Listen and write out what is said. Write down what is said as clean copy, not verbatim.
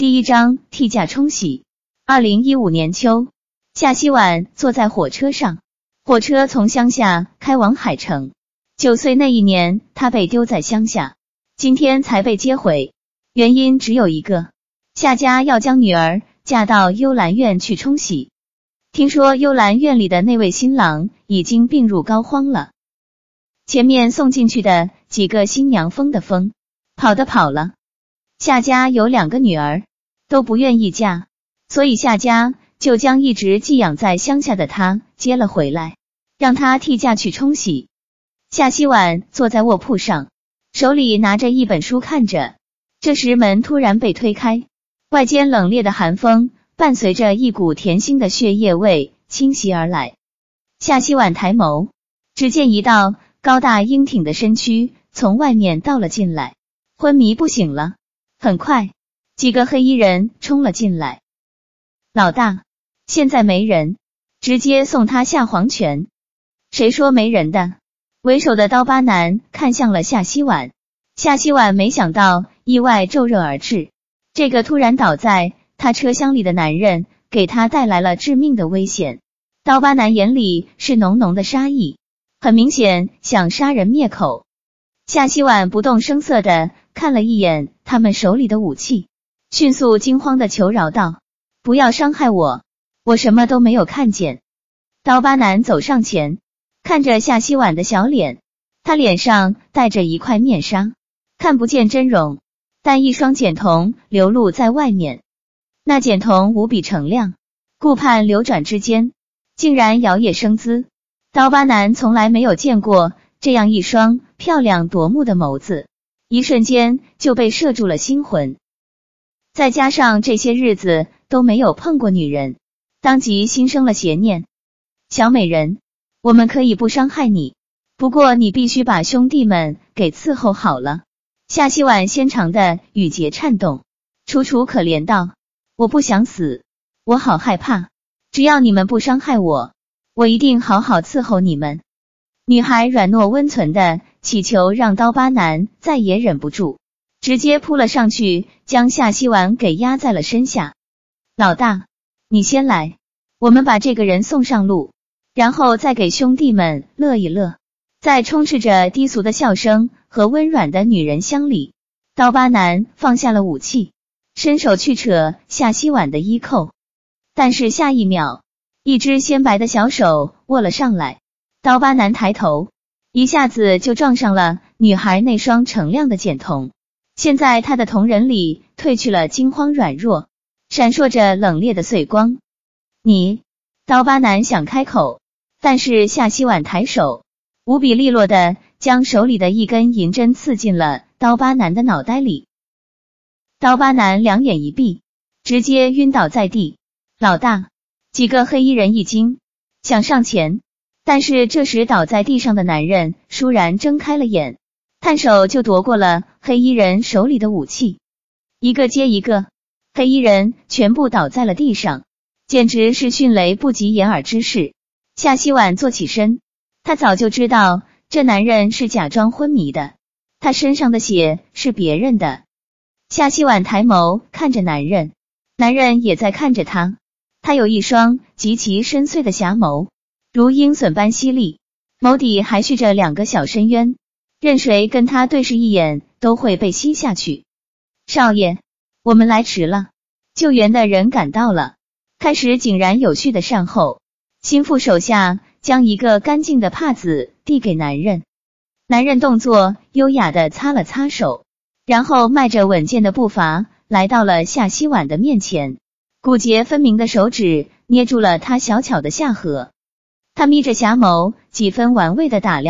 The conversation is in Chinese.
第一章替嫁冲喜。2015年秋，夏希婉坐在火车上，火车从乡下开往海城。9岁那一年，她被丢在乡下，今天才被接回。原因只有一个，夏家要将女儿嫁到幽兰院去冲喜。听说幽兰院里的那位新郎已经病入膏肓了，前面送进去的几个新娘疯的疯，跑的跑了。夏家有2个女儿，都不愿意嫁，所以夏家就将一直寄养在乡下的她接了回来，让她替嫁去冲喜。夏希婉坐在卧铺上，手里拿着一本书看着。这时门突然被推开，外间冷冽的寒风伴随着一股甜腥的血液味侵袭而来。夏希婉抬眸，只见一道高大英挺的身躯从外面倒了进来，昏迷不醒了。很快，几个黑衣人冲了进来。老大，现在没人，直接送他下黄泉。谁说没人的？为首的刀疤男看向了夏希婉。夏希婉没想到意外骤热而至，这个突然倒在他车厢里的男人给他带来了致命的危险。刀疤男眼里是浓浓的杀意，很明显想杀人灭口。夏希婉不动声色地看了一眼他们手里的武器，迅速惊慌地求饶道：不要伤害我，我什么都没有看见。刀疤男走上前，看着夏希婉的小脸，他脸上戴着一块面纱，看不见真容，但一双茧瞳流露在外面。那茧瞳无比澄亮，顾盼流转之间，竟然摇曳生姿。刀疤男从来没有见过这样一双漂亮夺目的眸子，一瞬间就被射住了心魂。再加上这些日子都没有碰过女人，当即心生了邪念。小美人，我们可以不伤害你，不过你必须把兄弟们给伺候好了。夏希婉纤长的语节颤动，楚楚可怜道：我不想死，我好害怕，只要你们不伤害我，我一定好好伺候你们。女孩软糯温存的祈求让刀疤男再也忍不住，直接扑了上去，将夏希婉给压在了身下。老大，你先来，我们把这个人送上路，然后再给兄弟们乐一乐。在充斥着低俗的笑声和温软的女人香里，刀疤男放下了武器，伸手去扯夏希婉的衣扣，但是下一秒，一只鲜白的小手握了上来。刀疤男抬头，一下子就撞上了女孩那双澄亮的茧瞳。现在他的瞳仁里褪去了惊慌软弱，闪烁着冷冽的碎光。你……刀疤男想开口，但是夏希婉抬手，无比利落的将手里的一根银针刺进了刀疤男的脑袋里。刀疤男两眼一闭，直接晕倒在地。老大！几个黑衣人一惊，想上前，但是这时倒在地上的男人倏然睁开了眼，探手就夺过了黑衣人手里的武器，一个接一个，黑衣人全部倒在了地上，简直是迅雷不及掩耳之势。夏希婉坐起身，她早就知道这男人是假装昏迷的，他身上的血是别人的。夏希婉抬眸看着男人，男人也在看着他，他有一双极其深邃的侠眸，如鹰隼般犀利，眸底还蓄着2个小深渊，任谁跟他对视一眼都会被吸下去。少爷，我们来迟了。救援的人赶到了，开始井然有序的善后。心腹手下将一个干净的帕子递给男人，男人动作优雅的擦了擦手，然后迈着稳健的步伐来到了夏希婉的面前，骨节分明的手指捏住了她小巧的下颌。他眯着侠眸，几分玩味的打量